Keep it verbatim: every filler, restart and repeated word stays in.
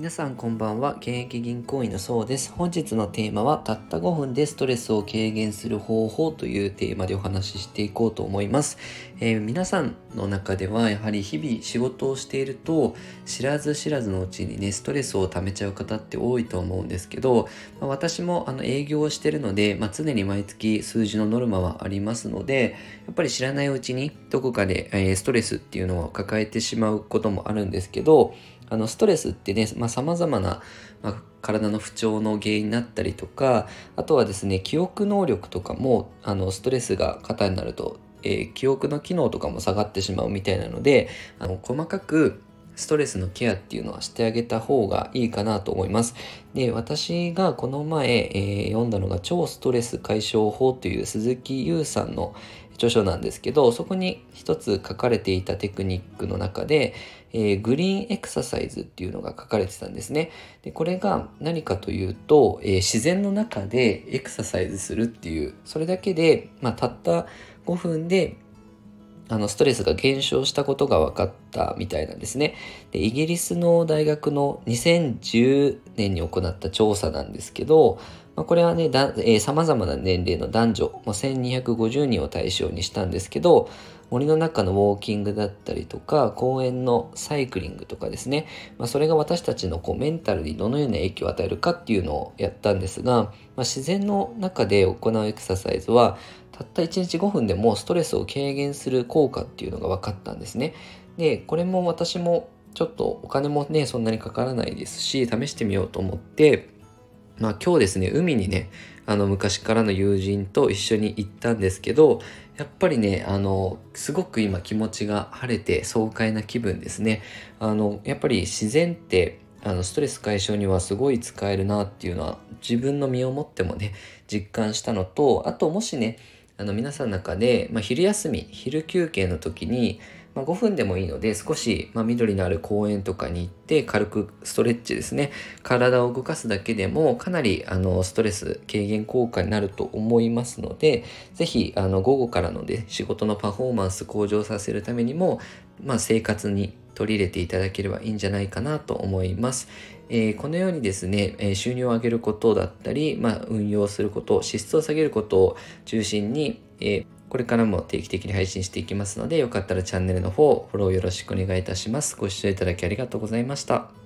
皆さんこんばんは。現役銀行員のそうです。本日のテーマはたったごふんでストレスを軽減する方法というテーマでお話ししていこうと思います。えー、皆さんの中ではやはり日々仕事をしていると知らず知らずのうちにねストレスを溜めちゃう方って多いと思うんですけど、まあ、私もあの営業をしているので、まあ、常に毎月数字のノルマはありますので、やっぱり知らないうちにどこかで、えー、ストレスっていうのを抱えてしまうこともあるんですけど、あのストレスってね、まあ、様々な、まあ、体の不調の原因になったりとか、あとはですね、記憶能力とかもあのストレスが過多になると、えー記憶の機能とかも下がってしまうみたいなので、あの細かくストレスのケアっていうのはしてあげた方がいいかなと思います。で、私がこの前、えー読んだのが超ストレス解消法という鈴木優さんの著書なんですけど、そこに一つ書かれていたテクニックの中で、えーグリーンエクササイズっていうのが書かれてたんですね。で、これが何かというと、えー自然の中でエクササイズするっていう、それだけで、まあ、たったごふんであのストレスが減少したことが分かったみたいなんですね。で、イギリスの大学のにせんじゅうねんに行った調査なんですけど、まあ、これはね、だ、えー、様々な年齢の男女、まあ、せんにひゃくごじゅうにんを対象にしたんですけど、森の中のウォーキングだったりとか、公園のサイクリングとかですね、まあ、それが私たちのこうメンタルにどのような影響を与えるかっていうのをやったんですが、まあ、自然の中で行うエクササイズは、たったいちにちごふんでもストレスを軽減する効果っていうのが分かったんですね。で、これも私もちょっとお金もね、そんなにかからないですし、試してみようと思って、まあ今日ですね、海にね、あの昔からの友人と一緒に行ったんですけど、やっぱりね、あの、すごく今気持ちが晴れて爽快な気分ですね。あの、やっぱり自然って、あのストレス解消にはすごい使えるなっていうのは自分の身をもってもね、実感したのと、あともしね、あの皆さんの中で、まあ、昼休み、昼休憩の時に、まあ、ごふんでもいいので少し、まあ、緑のある公園とかに行って軽くストレッチですね、体を動かすだけでもかなりあのストレス軽減効果になると思いますので、ぜひあの午後からので仕事のパフォーマンス向上させるためにも、まあ、生活に取り入れていただければいいんじゃないかなと思います。えーこのようにですね、えー収入を上げることだったり、まあ、運用すること、支出を下げることを中心に、えーこれからも定期的に配信していきますので、よかったらチャンネルの方、フォローよろしくお願いいたします。ご視聴いただきありがとうございました。